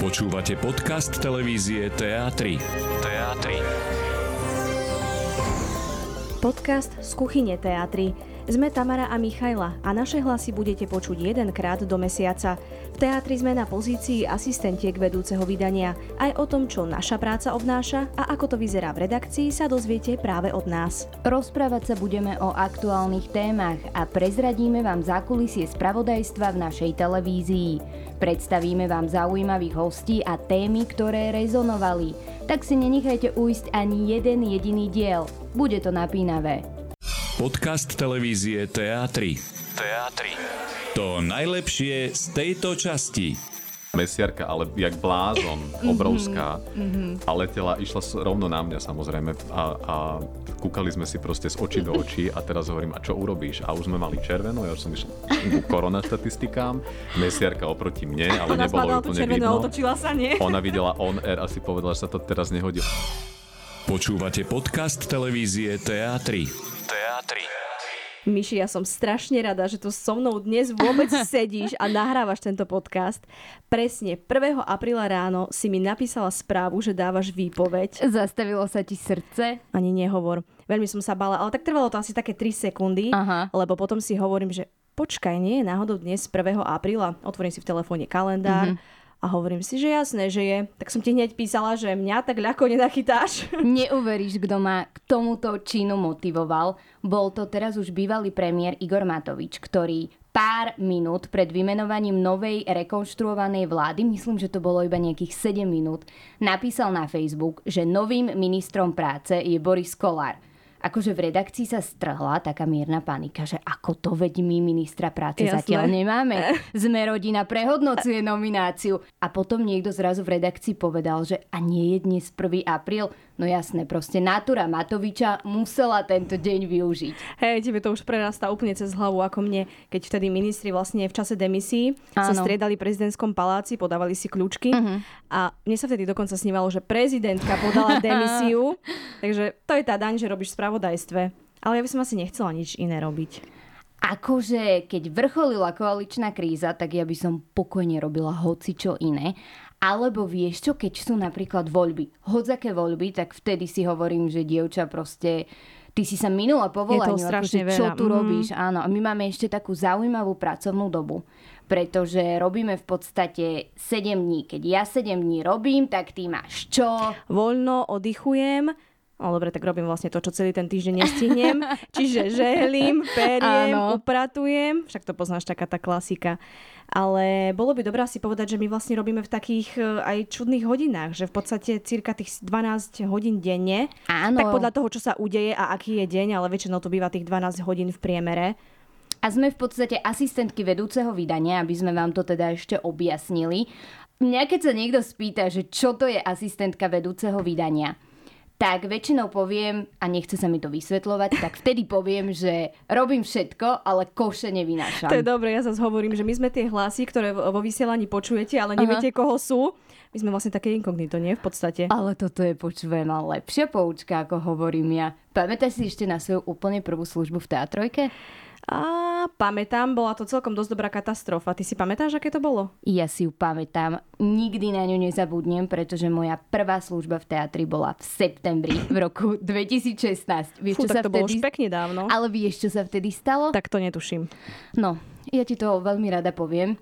Počúvate podcast televízie Teatry. Podcast z kuchyne Teatry. Sme Tamara a Michaela a naše hlasy budete počuť jedenkrát do mesiaca. V Teatri sme na pozícii asistentiek vedúceho vydania. Aj o tom, čo naša práca obnáša a ako to vyzerá v redakcii, sa dozviete práve od nás. Rozprávať sa budeme o aktuálnych témach a prezradíme vám zákulisie spravodajstva v našej televízii. Predstavíme vám zaujímavých hostí a témy, ktoré rezonovali. Tak si nenechajte ujsť ani jeden jediný diel. Bude to napínavé. Podcast televízie Teatry. To najlepšie z tejto časti. Mesiarka, ale jak blázon, obrovská. A letela, išla rovno na mňa samozrejme a kúkali sme si proste z očí do očí a teraz hovorím, a čo urobíš? A už sme mali červenú, ja už som išiel ku koronaštatistikám, mesiarka oproti mne, ale ona nebolo úplne vidno. Otočila sa, nie? Ona videla on air a si povedala, že sa to teraz nehodí. Počúvate podcast televízie Teatry. Miši, ja som strašne rada, že tu so mnou dnes vôbec sedíš a nahrávaš tento podcast. Presne 1. apríla ráno si mi napísala správu, že dávaš výpoveď. Zastavilo sa ti srdce? Ani nehovor. Veľmi som sa bála, ale tak trvalo to asi také 3 sekundy, lebo potom si hovorím, že počkaj, nie je náhodou dnes 1. apríla? Otvorím si v telefóne kalendár. A hovorím si, že jasné, že je. Tak som ti hneď písala, že mňa tak ľahko nenachytáš. Neuveríš, kto ma k tomuto činu motivoval. Bol to teraz už bývalý premiér Igor Matovič, ktorý pár minút pred vymenovaním novej rekonštruovanej vlády, myslím, že to bolo iba nejakých 7 minút, napísal na Facebook, že novým ministrom práce je Boris Kollár. Akože v redakcii sa strhla taká mierna panika, že ako to veď my ministra práce zatiaľ nemáme. Sme rodina prehodnocuje nomináciu. A potom niekto zrazu v redakcii povedal, že a nie je dnes 1. apríl. No jasné, proste natúra Matoviča musela tento deň využiť. Hej, tebe to už prerastá úplne cez hlavu ako mne, keď vtedy ministri vlastne v čase demisí sa striedali v prezidentskom paláci, podávali si kľúčky a mne sa vtedy dokonca snívalo, že prezidentka podala demisiu. Takže to je tá daň, že robíš v spravodajstve. Ale ja by som asi nechcela nič iné robiť. Akože keď vrcholila koaličná kríza, tak ja by som pokojne robila hocičo iné. Alebo vieš čo, keď sú napríklad voľby, hodzaké voľby, tak vtedy si hovorím, že dievča proste, ty si sa minula povolaniu, akože čo tu robíš, áno. A my máme ešte takú zaujímavú pracovnú dobu, pretože robíme v podstate 7 dní. Keď ja 7 dní robím, tak ty máš čo? Voľno, oddychujem. No dobre, tak robím vlastne to, čo celý ten týždeň nestihnem. Čiže žehlím, periem, upratujem. Však to poznáš, taká tá klasika. Ale bolo by dobré si povedať, že my vlastne robíme v takých aj čudných hodinách, že v podstate cirka tých 12 hodín denne. Áno. Tak podľa toho, čo sa udeje a aký je deň, ale väčšinou to býva tých 12 hodín v priemere. A sme v podstate asistentky vedúceho vydania, aby sme vám to teda ešte objasnili. Mňa keď sa niekto spýta, že čo to je asistentka vedúceho vydania, tak väčšinou poviem, a nechce sa mi to vysvetľovať, tak vtedy poviem, že robím všetko, ale koše nevynášam. To je dobré, ja zase hovorím, že my sme tie hlasy, ktoré vo vysielaní počujete, ale neviete, koho sú. My sme vlastne také inkognito, nie? V podstate. Ale toto je, počujem, lepšia poučka, ako hovorím ja. Pamätáš si ešte na svoju úplne prvú službu v Teatrojke? A pamätám, bola to celkom dosť dobrá katastrofa. Ty si pamätáš, aké to bolo? Ja si ju pamätám. Nikdy na ňu nezabudnem, pretože moja prvá služba v teatri bola v septembri v roku 2016. Vieš, čo tak sa to vtedy... bolo už pekne dávno. Ale vieš, čo sa vtedy stalo? Tak to netuším. No, ja ti to veľmi rada poviem.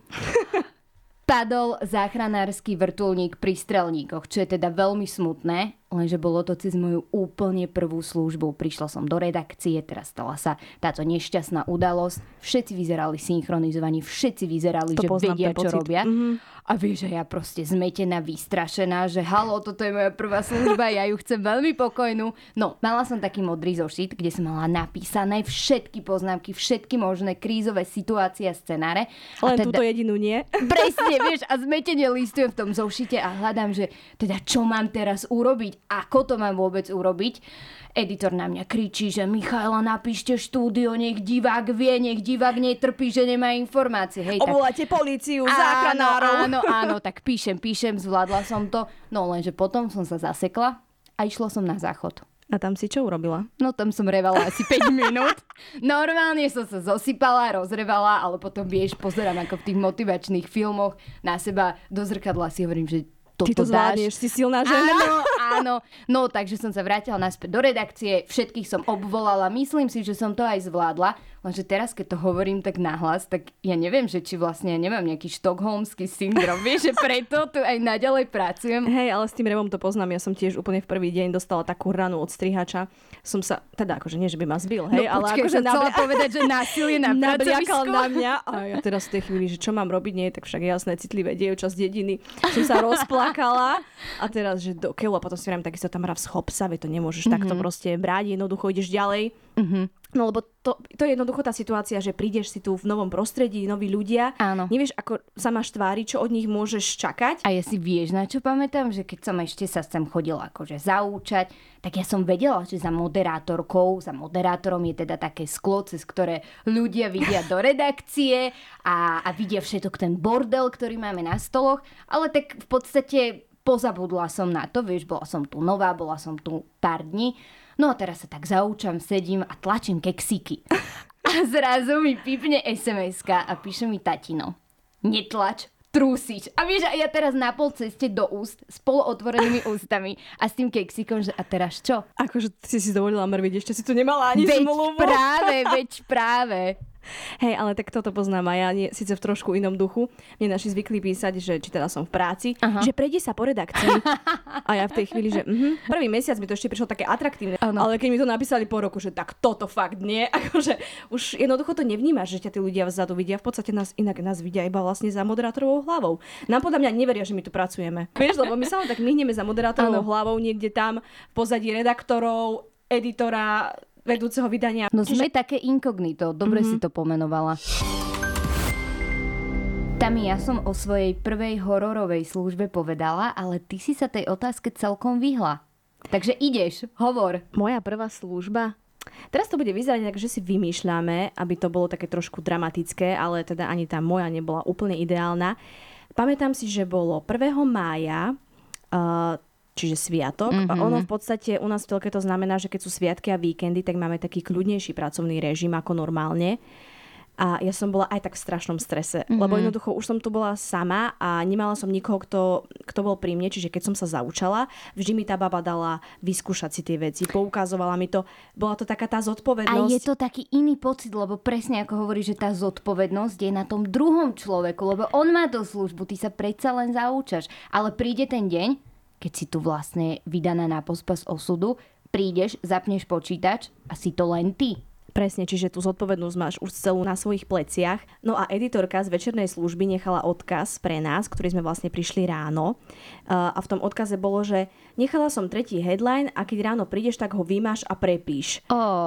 Padol záchranársky vrtuľník pri Strelníkoch, čo je teda veľmi smutné, lenže bolo to cez moju úplne prvú službu. Prišla som do redakcie, teraz stala sa táto nešťastná udalosť. Všetci vyzerali synchronizovaní, všetci vyzerali, že vedia, čo robia. A vieš, že ja proste zmetená, vystrašená, že halo, toto je moja prvá služba, ja ju chcem veľmi pokojnú. No, mala som taký modrý zošit, kde som mala napísané všetky poznámky, všetky možné krízové situácie a scenáre. Len teda... túto jedinú nie. Presne, vieš, a zmetene listujem v tom zošite a hľadám, že teda čo mám teraz urobiť, ako to mám vôbec urobiť. Editor na mňa kričí, že Michaela, napíšte štúdio, nech divák vie, nech divák netrpí, že nemá informácie. Hej, obvoláte políciu, záchranárov. Áno, tak píšem, zvládla som to. No lenže potom som sa zasekla a išla som na záchod. A tam si čo urobila? No tam som revala asi 5 minút. Normálne som sa zosypala, rozrevala, ale potom vieš, pozerám ako v tých motivačných filmoch na seba do zrkadla, si hovorím, že ty to zvládneš, si silná žena. Áno. No, takže som sa vrátila naspäť do redakcie, všetkých som obvolala, myslím si, že som to aj zvládla, lenže teraz, keď to hovorím tak nahlas, tak ja neviem, že či vlastne nemám nejaký štokholmský syndrom, vieš, že preto tu aj naďalej pracujem. Hej, ale s tým revom to poznám, ja som tiež úplne v prvý deň dostala takú ranu od strihača. Som sa, teda akože nie, že by ma zbil, hej, no, ale počkej, akože chcela povedať, že násilie na pracovisku. na mňa a ja teraz v tej chvíli, že čo mám robiť, nie, tak však jasné, citlivé dievča z dediny. Som sa rozplakala a teraz, že do keľu a potom si vrám, takisto tam hra v schopsa, veď to nemôžeš takto proste brať, jednoducho ideš ďalej. No lebo to je jednoducho tá situácia, že prídeš si tu v novom prostredí, noví ľudia, áno. Nevieš, ako sa máš tváriť, čo od nich môžeš čakať. A ja si vieš, na čo pamätám, že keď som ešte sa sem chodila akože zaúčať, tak ja som vedela, že za moderátorom je teda také sklo, cez ktoré ľudia vidia do redakcie a vidia všetok ten bordel, ktorý máme na stoloch, ale tak v podstate pozabudla som na to, vieš, bola som tu nová, bola som tu pár dní. No a teraz sa tak zaúčam, sedím a tlačím keksíky. A zrazu mi pípne SMS-ka a píše mi tatino. Netlač, trúsiš. A vieš, ja teraz na pol ceste do úst s polootvorenými ústami a s tým keksíkom, že a teraz čo? Akože si dovolila mrviť, ešte si tu nemala ani zmluvu. Veď práve. Hej, ale tak toto poznám a ja síce v trošku inom duchu. Mne naši zvykli písať, že či teda som v práci, že prejde sa po redakcii. A ja v tej chvíli, že prvý mesiac mi to ešte prišlo také atraktívne. Ale keď mi to napísali po roku, že tak toto fakt nie, akože už jednoducho to nevnímaš, že ťa tí ľudia vzadu vidia. V podstate nás vidia iba vlastne za moderátorovou hlavou. Nám podľa mňa neveria, že my tu pracujeme. Vieš, lebo my sa tak myhneme za moderátorovou hlavou niekde tam v pozadí redaktorov, editora, vedúceho vydania. No sme také inkognito, dobre si to pomenovala. Tami, ja som o svojej prvej hororovej službe povedala, ale ty si sa tej otázke celkom vyhla. Takže ideš, hovor. Moja prvá služba? Teraz to bude vyzerať tak, že si vymýšľame, aby to bolo také trošku dramatické, ale teda ani tá moja nebola úplne ideálna. Pamätám si, že bolo 1. mája, čiže sviatok. A ono v podstate u nás v telke to znamená, že keď sú sviatky a víkendy, tak máme taký kľudnejší pracovný režim ako normálne. A ja som bola aj tak v strašnom strese, lebo jednoducho už som tu bola sama a nemala som nikoho, kto bol pri mne, čiže keď som sa zaučala, vždy mi tá baba dala vyskúšať si tie veci, poukazovala mi to, bola to taká tá zodpovednosť. A je to taký iný pocit, lebo presne ako hovoríš, že tá zodpovednosť je na tom druhom človeku, lebo on má tú službu, ty sa predsa len zaučaš, ale príde ten deň, keď si tu vlastne vydaná na pospas osudu, prídeš, zapneš počítač a si to len ty. Presne, čiže tú zodpovednosť máš už celú na svojich pleciach. No a editorka z večernej služby nechala odkaz pre nás, ktorý sme vlastne prišli ráno. A v tom odkaze bolo, že nechala som 3. headline a keď ráno prídeš, tak ho vymáš a prepíš.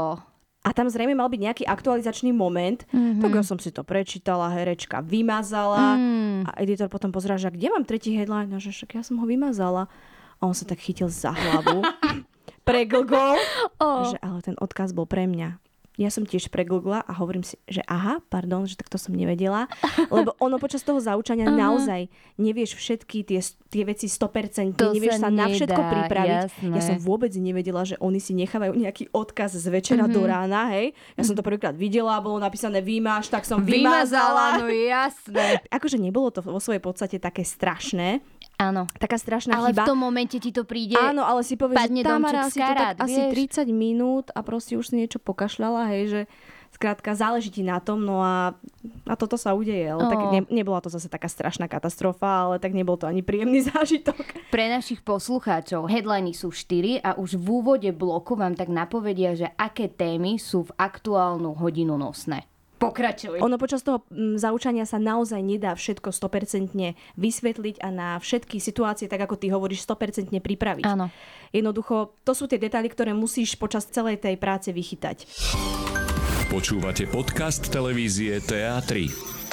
A tam zrejme mal byť nejaký aktualizačný moment, tak ja som si to prečítala, herečka vymazala a editor potom pozerá, že kde mám 3. headline, a že však ja som ho vymazala. A on sa tak chytil za hlavu, preglgol, že ale ten odkaz bol pre mňa. Ja som tiež preglgla a hovorím si, že pardon, že takto som nevedela, lebo ono počas toho zaučania naozaj nevieš všetky tie veci 100%, nevieš sa na všetko pripraviť. Jasné. Ja som vôbec nevedela, že oni si nechávajú nejaký odkaz z večera do rána, hej. Ja som to prvýkrát videla, bolo napísané vymáš, tak som vymazala. No jasné. Akože nebolo to vo svojej podstate také strašné. Áno. Taká strašná chyba. Ale v tom momente ti to príde. Áno, ale si povieš, že Tamara si to tak asi 30 minút a proste už si niečo pokašľala, hej, že skrátka záleží ti na tom, no a toto sa udeje. Ale tak nebola to zase taká strašná katastrofa, ale tak nebol to ani príjemný zážitok. Pre našich poslucháčov headliny sú 4 a už v úvode bloku vám tak napovedia, že aké témy sú v aktuálnu hodinu nosné. Pokračuj. Ono počas toho zaučania sa naozaj nedá všetko 100% vysvetliť a na všetky situácie, tak ako ty hovoríš, 100% pripraviť. Áno. Jednoducho, to sú tie detaily, ktoré musíš počas celej tej práce vychytať. Počúvate podcast televízie TA3.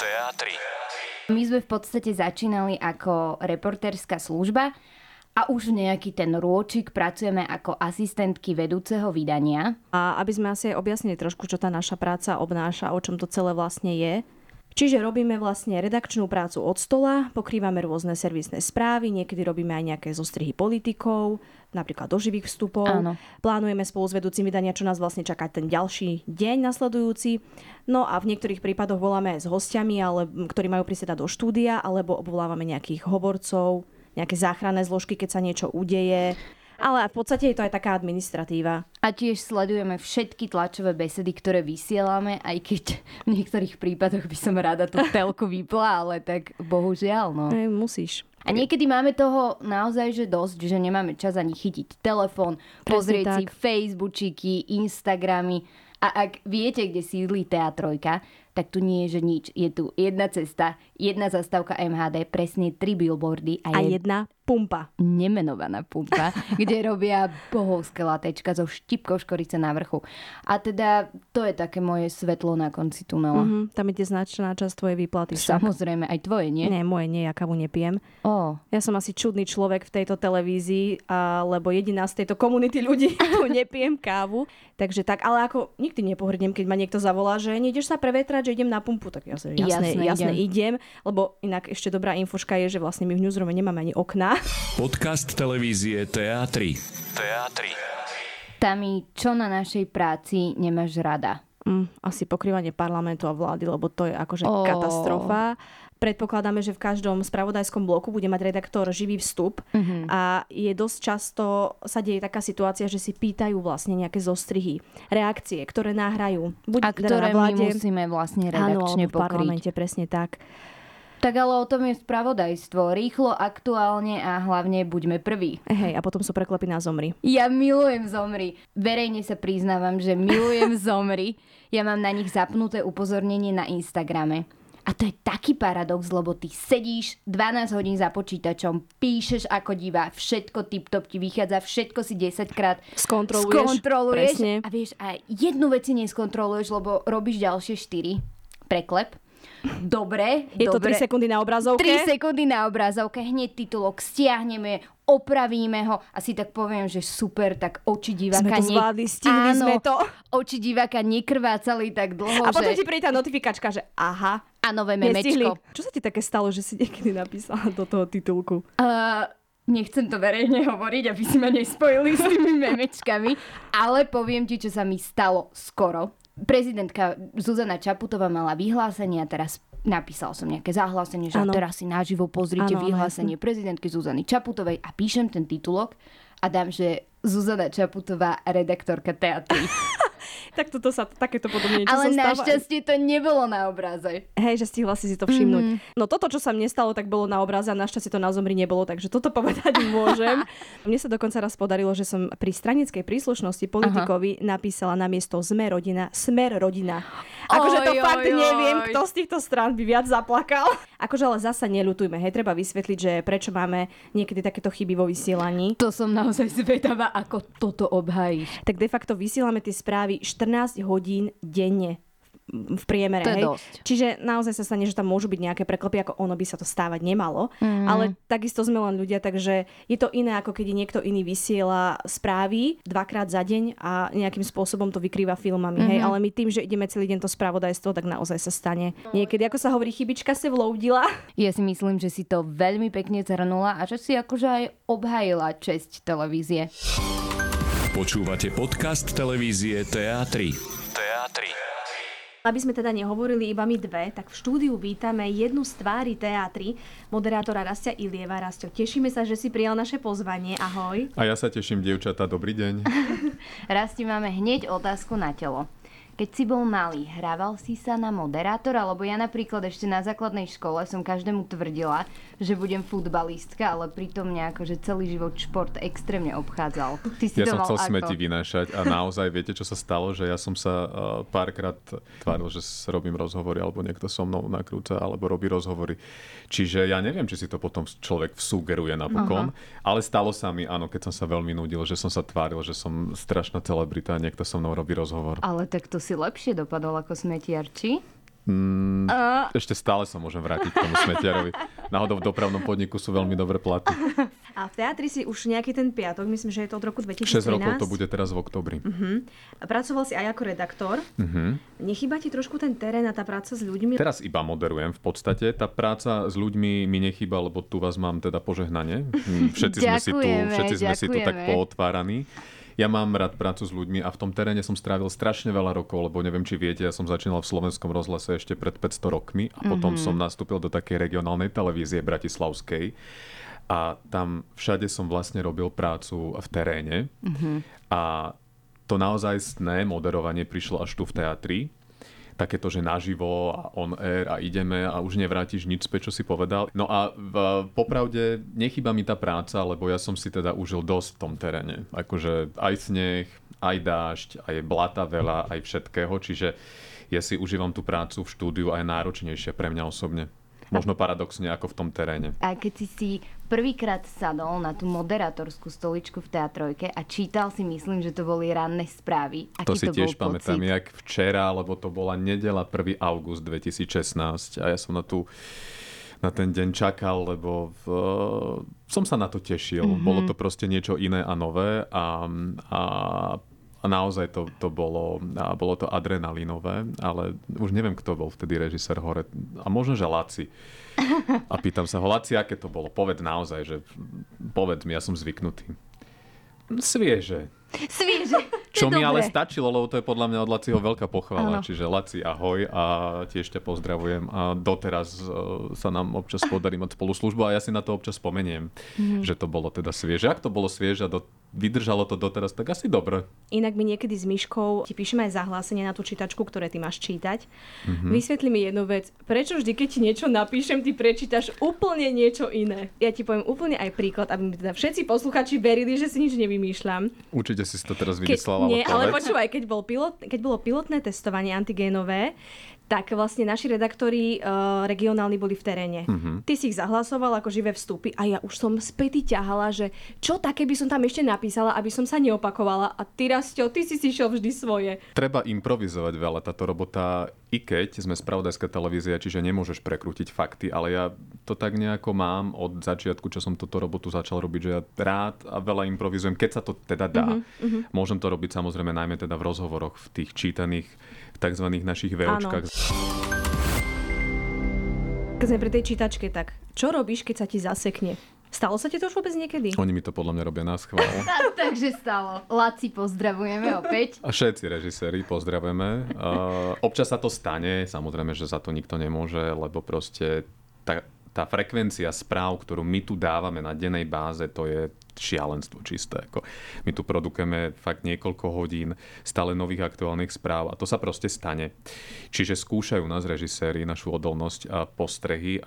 My sme v podstate začínali ako reportérska služba a už nejaký ten rôčik pracujeme ako asistentky vedúceho vydania. A aby sme asi aj objasnili trošku, čo tá naša práca obnáša, o čom to celé vlastne je. Čiže robíme vlastne redakčnú prácu od stola, pokrývame rôzne servisné správy, niekedy robíme aj nejaké zostrihy politikov, napríklad do živých vstupov. Áno. Plánujeme spolu s vedúcim vydania, čo nás vlastne čaká ten ďalší deň nasledujúci. No a v niektorých prípadoch voláme aj s hostiami, ktorí majú prísť do štúdia, alebo obvolávame nejakých hovorcov, nejaké záchranné zložky, keď sa niečo udeje. Ale v podstate je to aj taká administratíva. A tiež sledujeme všetky tlačové besedy, ktoré vysielame, aj keď v niektorých prípadoch by som rada tú telku vypla, ale tak bohužiaľ, no. Musíš. A niekedy máme toho naozaj že dosť, že nemáme čas ani chytiť telefón, pozrieť si Facebookiky, Instagramy. A ak viete, kde sídli TA3, tak tu nie je, že nič. Je tu jedna cesta, jedna zastávka MHD, presne 3 billboardy a jedna pumpa. Nemenovaná pumpa, kde robia bohovské latečka so štipkou škorice na vrchu. A teda to je také moje svetlo na konci tunela. Tam ide značná časť tvojej výplaty. Samozrejme, aj tvoje, nie? Nie, moje nie, ja kávu nepijem. Ja som asi čudný človek v tejto televízii, lebo jediná z tejto komunity ľudí tu nepijem kávu. Takže tak, ale ako nikdy nepohrdnem, keď ma niekto zavolá, že nejdeš sa prevetrať, že idem na pumpu, tak jasne idem. Lebo inak ešte dobrá infoška je, že vlastne my v newsroome nemáme ani okná. Podcast televízie TA3. Tami, čo na našej práci nemáš rada? Asi pokrývanie parlamentu a vlády, lebo to je akože katastrofa. Predpokladáme, že v každom spravodajskom bloku bude mať redaktor živý vstup a je dosť často sa deje taká situácia, že si pýtajú vlastne nejaké zostrihy, reakcie, ktoré nahrajú. A ktoré my musíme vlastne redakčne pokryť. V parlamente, presne tak. Tak ale o tom je spravodajstvo. Rýchlo, aktuálne a hlavne buďme prví. Hej, a potom sú preklepy na Zomri. Ja milujem Zomri. Verejne sa priznávam, že milujem Zomri. Ja mám na nich zapnuté upozornenie na Instagrame. A to je taký paradox, lebo ty sedíš 12 hodín za počítačom, píšeš ako divá, všetko tip-top ti vychádza, všetko si 10 krát skontroluješ. A vieš, aj jednu vec si neskontroluješ, lebo robíš ďalšie 4. Preklep. Dobre. Je to 3 sekundy na obrazovke? 3 sekundy na obrazovke, hneď titulok stiahneme, opravíme ho a si tak poviem, že super, tak oči diváka... Sme to zvládli, stihli sme to. Oči diváka nekrvácali tak dlho, a potom ti príde tá notifikačka, že aha, a nové memečko. Čo sa ti také stalo, že si niekedy napísala do toho titulku? Nechcem to verejne hovoriť, aby si ma nespojili s tými memečkami, ale poviem ti, čo sa mi stalo skoro. Prezidentka Zuzana Čaputová mala vyhlásenie a teraz napísal som nejaké zahlásenie, že teraz si naživo pozrite vyhlásenie prezidentky Zuzany Čaputovej a píšem ten titulok a dám, že Zuzana Čaputová, redaktorka TA3. Tak takéto podobne niečo ale sa stáva. Ale našťastie to nebolo na obraze. Hej, že stihla si to všimnúť. No toto, čo sa mne stalo, tak bolo na obraze a našťastie to na Zomri nebolo, takže toto povedať môžem. Mne sa dokonca raz podarilo, že som pri stranickej príslušnosti politikovi napísala namiesto Smer rodina. Akože to fakt neviem, kto z týchto strán by viac zaplakal. Akože ale zasa neľutujme, hej, treba vysvetliť, že prečo máme niekedy takéto chyby vo vysielaní. To som naozaj zvedavá, ako toto obhájiš. Tak de facto vysielame tie správy 14 hodín denne v priemere. To je hej. dosť. Čiže naozaj sa stane, že tam môžu byť nejaké preklepy, ako ono by sa to stávať nemalo. Ale takisto sme len ľudia, takže je to iné, ako keď niekto iný vysiela správy 2-krát za deň a nejakým spôsobom to vykrýva filmami. Hej. Ale my tým, že ideme celý deň to spravodajstvo, tak naozaj sa stane. Niekedy, ako sa hovorí, chybička sa vloudila. Ja si myslím, že si to veľmi pekne zhrnula a že si akože aj obhájila česť televízie. Počúvate podcast televízie TA3. Aby sme teda nehovorili iba my dve, tak v štúdiu vítame jednu z tvári TA3, moderátora Rastia Ilieva. Rastio, tešíme sa, že si prijal naše pozvanie. Ahoj. A ja sa teším, dievčatá, dobrý deň. Rasti, máme hneď otázku na telo. Keď si bol malý, hrával si sa na moderátora? Lebo ja napríklad ešte na základnej škole som každému tvrdila, že budem futbalistka, ale pritom nejako, že celý život šport extrémne obchádzal. Ty si ja to som mal chcel ako? smeti vynášať a naozaj viete, čo sa stalo? Že ja som sa párkrát tváril, že robím rozhovory, alebo niekto so mnou nakrúca, alebo robí rozhovory. Čiže ja neviem, či si to potom človek vsugeruje napokon, ale stalo sa mi, áno, keď som sa veľmi nudil, že som sa tváril, že som strašná celebrita a niekto so mnou robí rozhovor. Ale tak to si lepšie dopadol ako smetiar, či? Ešte stále sa môžem vrátiť k tomu smetiarovi. Náhodou v dopravnom podniku sú veľmi dobré platy. A v teatri si už nejaký ten piatok, myslím, že je to od roku 2013. 6 rokov to bude teraz v októbri. Pracoval si aj ako redaktor. Nechýba ti trošku ten terén a tá práca s ľuďmi? Teraz iba moderujem v podstate. Tá práca s ľuďmi mi nechýba, lebo tu vás mám teda požehnanie. Všetci sme si tu tak pootváraní. Ja mám rád prácu s ľuďmi a v tom teréne som strávil strašne veľa rokov, lebo neviem, či viete, ja som začínal v Slovenskom rozhlase ešte pred 500 rokmi a potom som nastúpil do takej regionálnej televízie bratislavskej a tam všade som vlastne robil prácu v teréne a to naozajstné moderovanie prišlo až tu v teatri. Takéto, že naživo a on air a ideme a už nevrátiš nič späť, čo si povedal. No a popravde nechýba mi tá práca, lebo ja som si teda užil dosť v tom teréne. Akože aj sneh, aj dážď, aj blata veľa, aj všetkého. Čiže ja si užívam tú prácu v štúdiu a je náročnejšia pre mňa osobne. Možno paradoxne ako v tom teréne. A keď si prvýkrát sadol na tú moderátorskú stoličku v Teatrojke a čítal si, myslím, že to boli ranné správy. Aký to si tiež bol pamätám, pocit? jak včera, lebo to bola nedeľa 1. august 2016 a ja som na ten deň čakal, lebo som sa na to tešil. Bolo to proste niečo iné a nové a naozaj to bolo to adrenalinové, ale už neviem, kto bol vtedy režisér hore. A možno, že Laci. A pýtam sa ho, Laci, aké to bolo? Povedz naozaj, že povedz mi, ja som zvyknutý. Svieže. Čo mi ale stačilo, lebo to je podľa mňa od Laciho veľká pochvala. Čiže Laci, ahoj a tiež ťa pozdravujem. A doteraz sa nám občas podarí mať spoluslužbu a ja si na to občas spomeniem, že to bolo teda svieže. Ak to bolo svieže a vydržalo to doteraz, tak asi dobre. Inak my niekedy s Myškou ti píšeme aj zahlásenie na tú čítačku, ktoré ty máš čítať. Vysvetli mi jednu vec. Prečo vždy, keď ti niečo napíšem, ty prečítaš úplne niečo iné? Ja ti poviem úplne aj príklad, aby mi teda všetci posluchači verili, že si nič nevymýšľam. Určite si to teraz vymyslela. Nie, ale počúvaj, keď bolo pilotné testovanie antigénové, tak vlastne naši redaktori regionálni boli v teréne. Ty si ich zahlasoval ako živé vstupy a ja už som späty ťahala, že čo také by som tam ešte napísala, aby som sa neopakovala. A ty, Rasťo, ty si šiel vždy svoje. Treba improvizovať veľa. Táto robota, i keď sme spravodajská televízia, čiže nemôžeš prekrútiť fakty, ale ja to tak nejako mám od začiatku, čo som túto robotu začal robiť, že ja rád a veľa improvizujem, keď sa to teda dá. Môžem to robiť samozrejme najmä teda v rozhovoroch, v tých čítaných takzvaných našich VOčkách. Keď sme pri tej čítačke, tak čo robíš, keď sa ti zasekne? Stalo sa ti to už vôbec niekedy? Oni mi to podľa mňa robia na schvál. Takže stalo. Laci, pozdravujeme opäť. A všetci režiséri pozdravujeme. Občas sa to stane, samozrejme, že za to nikto nemôže, lebo proste tá frekvencia správ, ktorú my tu dávame na dennej báze, to je šialenstvo čisté. My tu produkujeme fakt niekoľko hodín stále nových aktuálnych správ a to sa proste stane. Čiže skúšajú nás režiséri, našu odolnosť a postrehy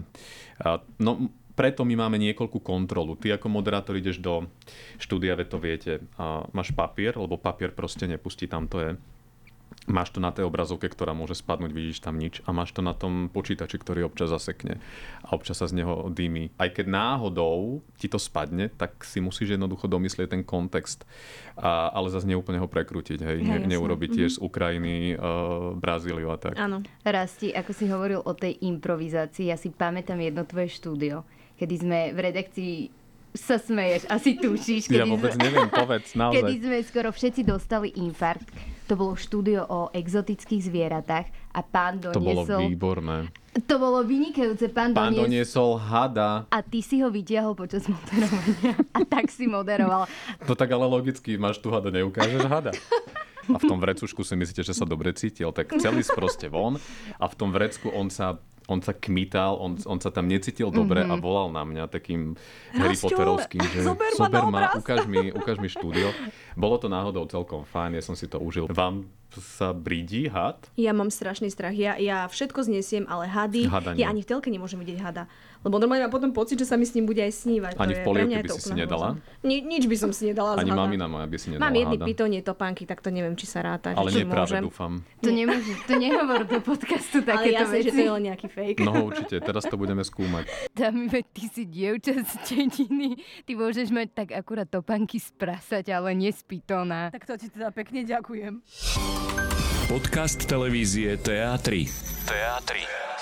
preto my máme niekoľkú kontrolu. Ty ako moderátor ideš do štúdia, to viete, a máš papier, lebo papier proste nepustí, tam to je. Máš to na tej obrazovke, ktorá môže spadnúť, vidíš tam nič. A máš to na tom počítači, ktorý občas zasekne. A občas sa z neho dými. Aj keď náhodou ti to spadne, tak si musíš jednoducho domyslieť ten kontext. Ale zase neúplne ho prekrútiť. Neurobiť tiež z Ukrajiny, Brazíliu a tak. Áno. Rasti, ako si hovoril o tej improvizácii, ja si pamätám jedno tvoje štúdio, kedy sme v redakcii sa smeješ, asi tušíš. Ja vôbec neviem, povedz, naozaj. Kedy sme skoro všetci dostali infarkt. To bolo štúdio o exotických zvieratách a pán doniesol... To bolo výborné. To bolo vynikajúce. Pán doniesol hada. A ty si ho vytiahol počas moderovania. A tak si moderoval. No tak ale logicky, máš tu hada, neukážeš hada. A v tom vrecušku si myslíte, že sa dobre cítil, tak celý sproste von a v tom vrecku on sa kmital, on sa tam necítil dobre a volal na mňa takým Harry Potterovským, že zober ma, ukáž mi štúdio. Bolo to náhodou celkom fajn, ja som si to užil. Vám sa brídi had? Ja mám strašný strach. Ja všetko znesiem, ale hady... Ja ani v telke nemôžem vidieť hada. Lebo normálne mám potom pocit, že sa mi s ním bude aj snívať. Ani v polievke by si nedala? Nič by som si nedala. Ani mamina moja by si nedala. Mám jedny pytonie, topánky, tak to neviem, či sa ráta. Ale nie práve, dúfam. To nehovor do podcastu takéto veci. Ale ja že to je len nejaký fake. No určite, teraz to budeme skúmať. Dami, veď ty si dievča z Čediny. Ty môžeš mať tak akurát topánky z prasať, ale nie z pytona. Tak to ti teda pekne ďakujem. Podcast televízie TA3.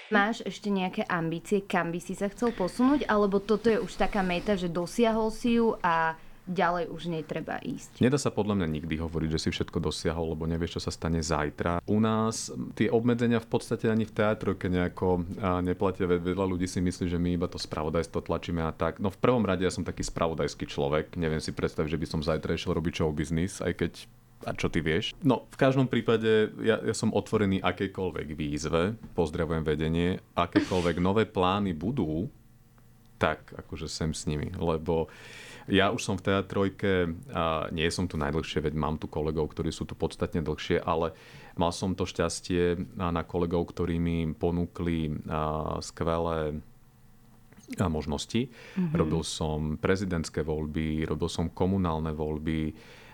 Máš ešte nejaké ambície, kam by si sa chcel posunúť? Alebo toto je už taká meta, že dosiahol si ju a ďalej už netreba ísť? Nedá sa podľa mňa nikdy hovoriť, že si všetko dosiahol, lebo nevieš, čo sa stane zajtra. U nás tie obmedzenia v podstate ani v teatrojke nejako neplatia. Veľa ľudí si myslí, že my iba to spravodajstvo tlačíme a tak. No v prvom rade ja som taký spravodajský človek. Neviem si predstaviť, že by som zajtra išiel robiť show business, aj keď a čo ty vieš? No, v každom prípade ja som otvorený akejkoľvek výzve, pozdravujem vedenie, akékoľvek nové plány budú, tak akože sem s nimi, lebo ja už som v teatrojke a nie som tu najdlhšie, veď mám tu kolegov, ktorí sú tu podstatne dlhšie, ale mal som to šťastie na kolegov, ktorí mi ponúkli skvelé možnosti. Mm-hmm. Robil som prezidentské voľby, robil som komunálne voľby,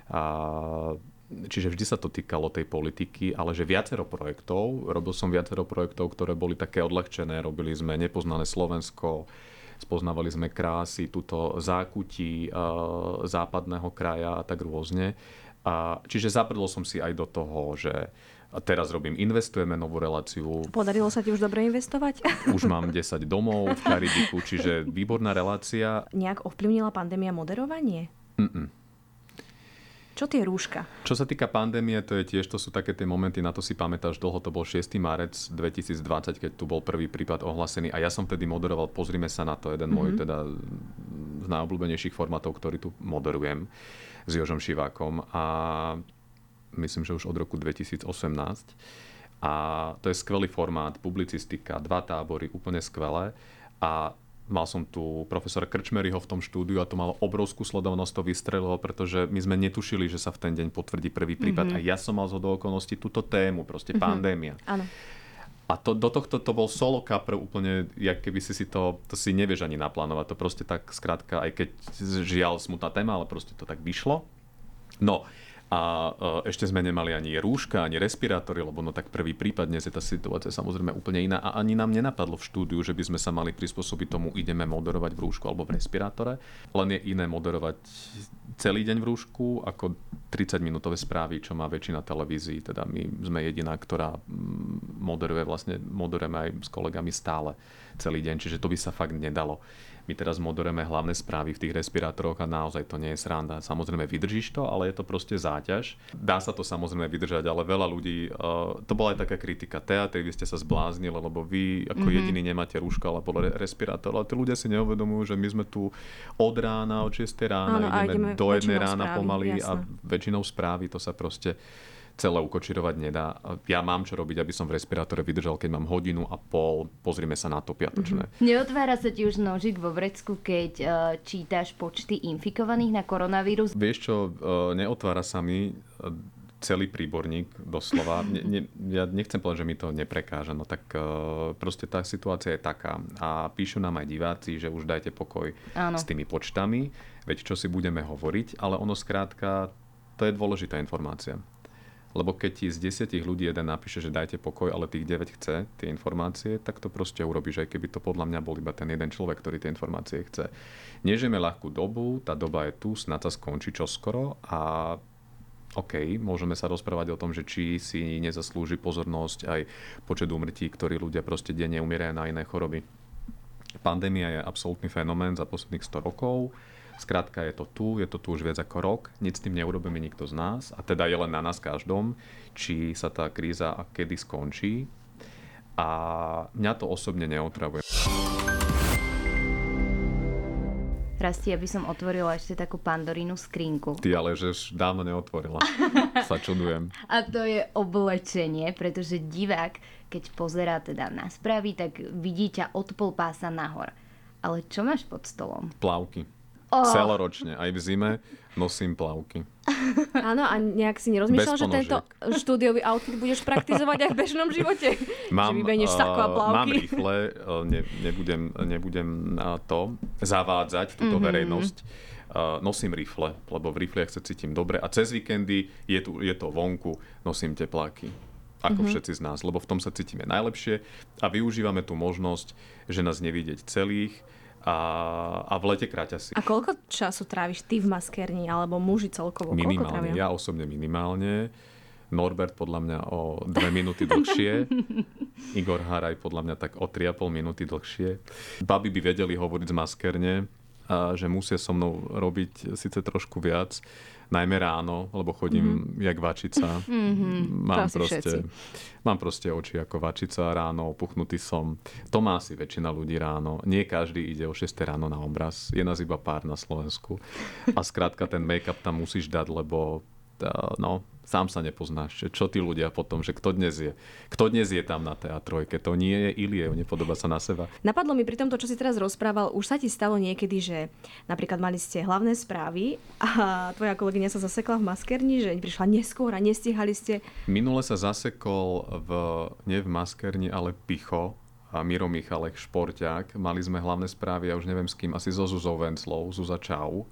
čiže vždy sa to týkalo tej politiky, ale že viacero projektov. Robil som viacero projektov, ktoré boli také odľahčené. Robili sme Nepoznané Slovensko, spoznávali sme krásy, túto zákutí západného kraja a tak rôzne. Čiže zaprdol som si aj do toho, že teraz Investujeme novú reláciu. Podarilo sa ti už dobre investovať? Už mám 10 domov v Karibiku, čiže výborná relácia. Nejak ovplyvnila pandémia moderovanie? Čo tie rúška? Čo sa týka pandémie, to sú také tie momenty, na to si pamätáš dlho, to bol 6. marec 2020, keď tu bol prvý prípad ohlásený a ja som vtedy moderoval Pozrime sa na to, jeden môj teda z najobľúbenejších formátov, ktorý tu moderujem s Jožom Šivákom a myslím, že už od roku 2018. A to je skvelý formát, publicistika, 2 tábory, úplne skvelé a mal som tu profesora Krčmeryho v tom štúdiu a to malo obrovskú sledovanosť, to vystrelilo, pretože my sme netušili, že sa v ten deň potvrdí prvý prípad a ja som mal zhodou okolností túto tému, proste pandémia. Áno. A do tohto to bol solo kapr úplne, jak keby si to si nevieš ani naplánovať, to proste tak skrátka, aj keď žiaľ smutná téma, ale proste to tak vyšlo. No, a ešte sme nemali ani rúška, ani respirátory, lebo no tak prvý prípad, dnes je tá situácia samozrejme úplne iná a ani nám nenapadlo v štúdiu, že by sme sa mali prispôsobiť tomu, ideme moderovať v rúšku alebo v respirátore. Len je iné moderovať celý deň v rúšku ako 30-minútové správy, čo má väčšina televízií. Teda my sme jediná, ktorá moderujeme aj s kolegami stále celý deň, čiže to by sa fakt nedalo. My teraz moderujeme hlavné správy v tých respirátoroch a naozaj to nie je sranda. Samozrejme vydržíš to, ale je to proste záťaž. Dá sa to samozrejme vydržať, ale veľa ľudí, to bola aj taká kritika. Teatri, vy ste sa zbláznili, lebo vy ako jediní nemáte rúška alebo respirátor. Ale tí ľudia si neuvedomujú, že my sme tu od rána, od 6 rána, ideme do 1 rána správy, pomaly jasné. A väčšinou správy, to sa proste celé ukočirovať nedá. Ja mám čo robiť, aby som v respirátore vydržal, keď mám 1,5 hodiny. Pozrime sa na to piatočné. Neotvára sa ti už nožík vo vrecku, keď čítaš počty infikovaných na koronavírus? Vieš čo, neotvára sa mi celý príborník, doslova. Ja nechcem povedať, že mi to neprekáža, no tak proste tá situácia je taká. A píšu nám aj diváci, že už dajte pokoj s tými počtami, veď čo si budeme hovoriť, ale ono skrátka, to je dôležitá informácia. Lebo keď ti z 10 ľudí jeden napíše, že dajte pokoj, ale tých 9 chce tie informácie, tak to proste urobíš, aj keby to podľa mňa bol iba ten jeden človek, ktorý tie informácie chce. Nežijeme ľahkú dobu, tá doba je tu, snad sa skončí čoskoro a môžeme sa rozprávať o tom, že či si nezaslúži pozornosť aj počet úmrtí, ktorí ľudia proste denne umierajú na iné choroby. Pandémia je absolútny fenomén za posledných 100 rokov. Skrátka je to tu už viac ako rok, nic s tým neurobíme nikto z nás a teda je len na nás každom, či sa tá kríza a kedy skončí a mňa to osobne neotravuje. Rasti, aby som otvorila ešte takú Pandorínu skrinku. Ty ale že dávno neotvorila, sa čudujem. A to je oblečenie, pretože divák, keď pozerá teda na správy, tak vidí ťa od pol pása nahor. Ale čo máš pod stolom? Plavky. Celoročne, aj v zime nosím plavky. Áno, a nejak si nerozmýšľal, že tento štúdiový outfit budeš praktizovať aj v bežnom živote? Že vybenieš sako a plavky? Mám rifle, nebudem to zavádzať, túto verejnosť. Nosím rifle, lebo v rifliach sa cítim dobre a cez víkendy je to vonku, nosím tepláky. Ako všetci z nás, lebo v tom sa cítime najlepšie a využívame tú možnosť, že nás nevidieť celých, a v lete kráťasí. A koľko času tráviš ty v maskérni, alebo muži celkovo? Minimálne, ja osobne minimálne. Norbert podľa mňa o 2 minúty dlhšie, Igor Haraj podľa mňa tak o 3,5 minúty dlhšie. Baby by vedeli hovoriť z maskerne, a že musia so mnou robiť síce trošku viac, najmä ráno, lebo chodím jak vačica. Mám proste oči ako vačica ráno, opuchnutý som. To má asi väčšina ľudí ráno. Nie každý ide o 6 ráno na obraz. Je nás iba pár na Slovensku. A skrátka ten make-up tam musíš dať, lebo sám sa nepoznáš. Čo tí ľudia potom, že kto dnes je tam na teatrojke? To nie je Iliev, nepodobá sa na seba. Napadlo mi pri tomto, čo si teraz rozprával, už sa ti stalo niekedy, že napríklad mali ste hlavné správy a tvoja kolegyňa sa zasekla v maskerni, že prišla neskôr a nestíhali ste? Minule sa zasekol nie v maskerni, ale Picho a Miro Michalek, šporťák. Mali sme hlavné správy, ja už neviem s kým, asi so Zuzou Venclou, Zuza čau.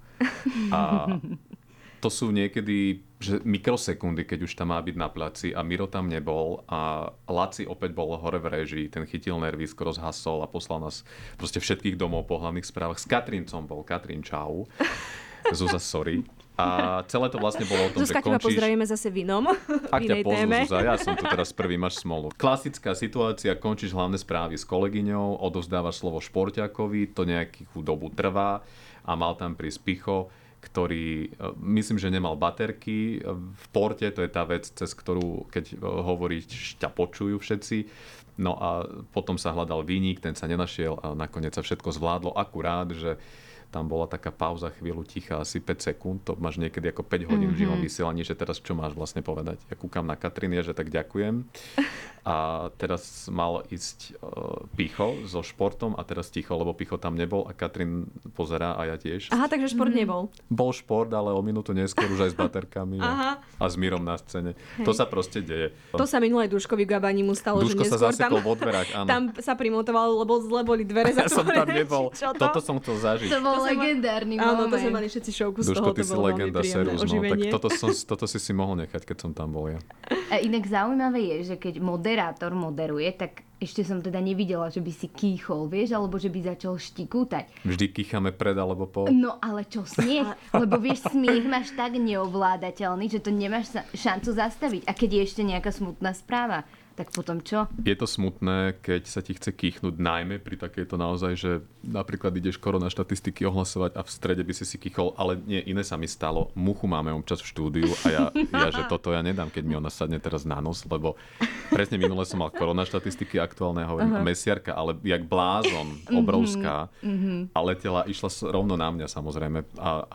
A to sú niekedy mikrosekundy, keď už tam má byť na placi a Miro tam nebol a Laci opäť bol hore v réžii, ten chytil nervy, skoro zhasol a poslal nás proste všetkých domov po hlavných správach. S Katrincom bol, Katrin čau. Zuza, sorry. A celé to vlastne bolo o tom, Zuzka, že končíš... pozdravíme zase vinom. Ak ťa pozvú, Zuza, ja som tu teraz prvý, máš smolu. Klasická situácia, končíš hlavné správy s kolegyňou, odovzdávaš slovo šporťákovi, to nejakú dobu trvá a mal tam prísť Picho, ktorý, myslím, že nemal baterky v porte, to je tá vec, cez ktorú, keď hovoríš, ťa počujú všetci. No a potom sa hľadal vínik, ten sa nenašiel a nakoniec sa všetko zvládlo akurát, že tam bola taká pauza, chvíľu ticha, asi 5 sekúnd. To máš niekedy ako 5 hodín v živom vysielaní, že teraz čo máš vlastne povedať? Ja kúkam na Katrin, že tak ďakujem. A teraz mal ísť Picho so športom a teraz ticho, lebo Picho tam nebol a Katrin pozerá a ja tiež. Aha, takže šport nebol. Bol šport, ale o minútu neskôr už aj s baterkami a s Mírom na scéne. Hej. To sa proste deje. To sa minulé Duškovi Gabani mu stalo, Duško že neskôr sa zasekol v dverách, áno. Tam sa primotoval, lebo zle boli dvere zatvorené. Ja som tam nebol. Toto som chcel zažiť. To bol legendárny moment. Áno, to sme mali všetci šovku z toho. Duško, ty si legenda, serus, no. Tak toto si mohol nechať, keď som tam bol ja. A inak zaujímavé je, že keď moderátor moderuje, tak ešte som teda nevidela, že by si kýchol, vieš, alebo že by začal štikútať. Vždy kýchame pred alebo po. No ale čo smiech? Lebo vieš, smiech máš tak neovládateľný, že to nemáš šancu zastaviť. A keď je ešte nejaká smutná správa, tak potom čo? Je to smutné, keď sa ti chce kýchnuť, najmä pri takejto naozaj, že napríklad ideš korona štatistiky ohlasovať a v strede by si kýchol, ale nie, iné sa mi stalo. Muchu máme občas v štúdiu a ja že toto ja nedám, keď mi ona sadne teraz na nos, lebo presne minule som mal korona štatistiky aktuálne, hovorím, mesiarka, ale jak blázon, obrovská, a letela, išla rovno na mňa samozrejme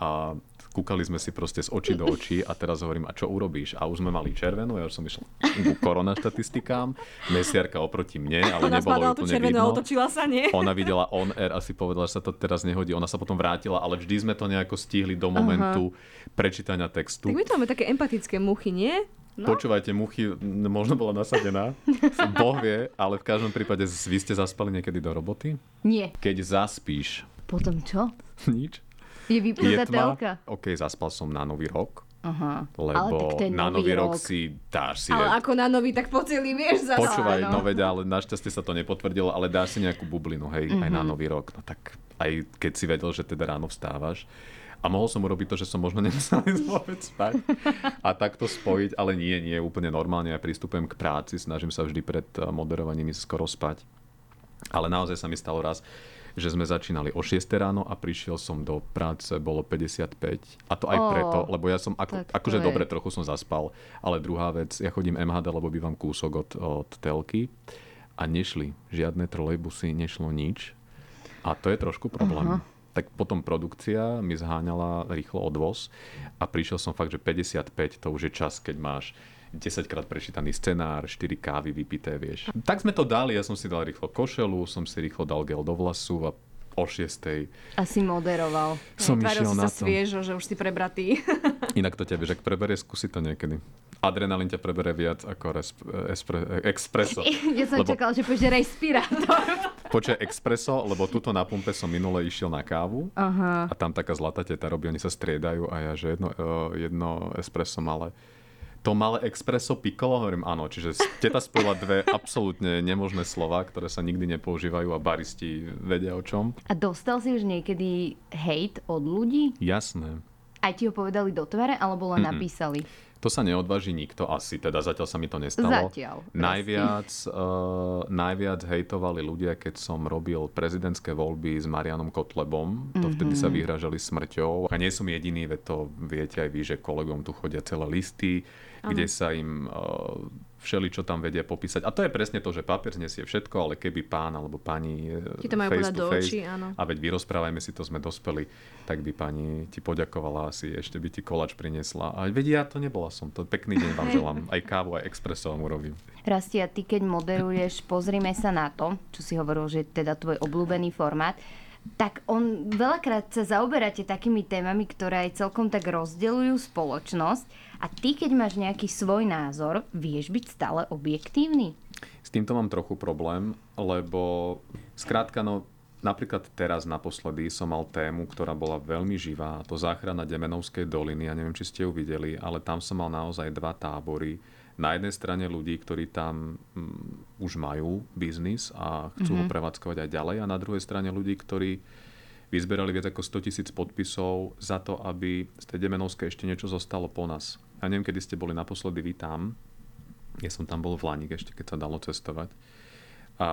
a kúkali sme si proste z očí do očí a teraz hovorím, a čo urobíš? A už sme mali červenú, ja už som išiel ku korona štatistikám, mesiarka oproti mne, ale ona nebolo ju úplne vidno. Otočila sa, nie? Ona videla on air a si povedala, že sa to teraz nehodí. Ona sa potom vrátila, ale vždy sme to nejako stihli do momentu prečítania textu. Tak my to máme také empatické muchy, nie? No. Počúvajte, muchy, možno bola nasadená, Boh vie, ale v každom prípade vy ste zaspali niekedy do roboty? Nie. Keď zaspíš. Potom čo? Nič. Je vypnutá telka. OK, zaspal som na Nový rok. Aha. Lebo na Nový rok si dáš si... Ale ako na Nový, tak po celý vieš zase. Počúvaj, no veď, ale našťastie sa to nepotvrdilo, ale dáš si nejakú bublinu, hej, aj na Nový rok. No tak aj keď si vedel, že teda ráno vstávaš. A mohol som urobiť to, že som možno nemusel ísť vôbec spať a takto spojiť, ale nie, úplne normálne. Ja pristupujem k práci, snažím sa vždy pred moderovaním ísť skoro spať. Ale naozaj sa mi stalo raz, že sme začínali o 6 ráno a prišiel som do práce, bolo 55. A to aj preto, lebo ja som, akože dobre, trochu som zaspal, ale druhá vec, ja chodím MHD, lebo bývam kúsok od telky a nešli žiadne trolejbusy, nešlo nič. A to je trošku problém. Tak potom produkcia mi zháňala rýchlo odvoz a prišiel som fakt, že 55, to už je čas, keď máš 10-krát prečítaný scenár, 4 kávy vypité, vieš. Tak sme to dali, ja som si dal rýchlo košelu, som si rýchlo dal gel do vlasu a o 6:00 asi moderoval. Som išiel na to. Sviežo, že už si prebratý. Inak to ťa, vieš, ak preberie, skúsi to niekedy. Adrenalín ťa preberie viac ako expresso. Ja som čakala, že povieš respirátor. Počkaj, expresso, lebo tuto na pumpe som minule išiel na kávu a tam taká zlatá teta robí, oni sa striedajú a ja, že jedno espresso malé. To malé expresso piccolo, hovorím áno, čiže teta spojila dve absolútne nemožné slova, ktoré sa nikdy nepoužívajú a baristi vedia o čom. A dostal si už niekedy hejt od ľudí? Jasné. Aj ti ho povedali do tváre, alebo len napísali? To sa neodváži nikto, asi teda zatiaľ sa mi to nestalo. Zatiaľ. Najviac hejtovali ľudia, keď som robil prezidentské voľby s Marianom Kotlebom. To vtedy sa vyhražali smrťou. A nie som jediný, veď to viete aj vy, že kolegom tu chodia celé listy, kde sa im všeličo tam vedia popísať. A to je presne to, že papier znesie všetko, ale keby pán alebo pani ti to majú face to face, áno. a veď vyrozprávajme si to, sme dospeli, tak by pani ti poďakovala asi, ešte by ti koláč priniesla. A veď ja to nebola som, to pekný deň vám želám. Aj kávu, aj expreso vám urobím. Rasti, a ty keď moderuješ, pozrime sa na to, čo si hovoril, že je teda tvoj obľúbený formát, tak on veľakrát sa zaoberáte takými témami, ktoré aj celkom tak rozdeľujú spoločnosť. A ty, keď máš nejaký svoj názor, vieš byť stále objektívny? S týmto mám trochu problém, lebo skrátka, napríklad teraz naposledy som mal tému, ktorá bola veľmi živá, to záchrana Demenovskej doliny, ja neviem, či ste ju videli, ale tam som mal naozaj dva tábory. Na jednej strane ľudí, ktorí tam už majú biznis a chcú ho prevádzkovať aj ďalej, a na druhej strane ľudí, ktorí vyzberali viac ako 100 000 podpisov za to, aby z tej Demenovskej ešte niečo zostalo po nás. Ja neviem, kedy ste boli naposledy vy tam. Ja som tam bol v Laník ešte, keď sa dalo cestovať. A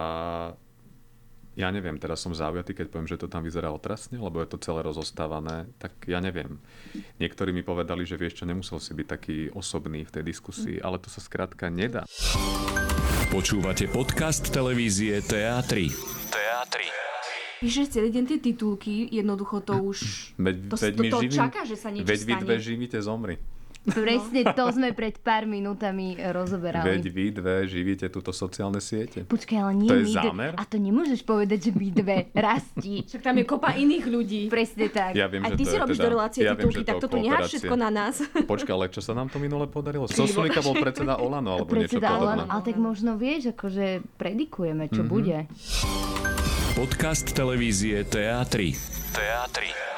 ja neviem, teraz som zaujatý, keď poviem, že to tam vyzerá otrasne, lebo je to celé rozostávané, tak ja neviem. Niektorí mi povedali, že vieš čo, nemusel si byť taký osobný v tej diskusii, ale to sa skrátka nedá. Počúvate podcast televízie TA3. Píšeš celý deň tie titulky, jednoducho to už... To čaká, že sa niečo stane. Veď vy dve živíte zomri. Presne to sme pred pár minútami rozoberali. Veď vy dve živíte túto sociálne siete. Počkaj, ale nie to my je zámer? A to nemôžeš povedať, že my dve Rasti. Však tam je kopa iných ľudí. Presne tak. Ja viem, a že ty to si je robíš teda, do relácie titulky, tak to tu neháš všetko na nás. Počkaj, ale čo sa nám to minule podarilo? Sosulika bol predseda Olano, alebo niečo podobné. Ale tak možno vieš, akože predikujeme, čo bude. Podcast televízie TA3.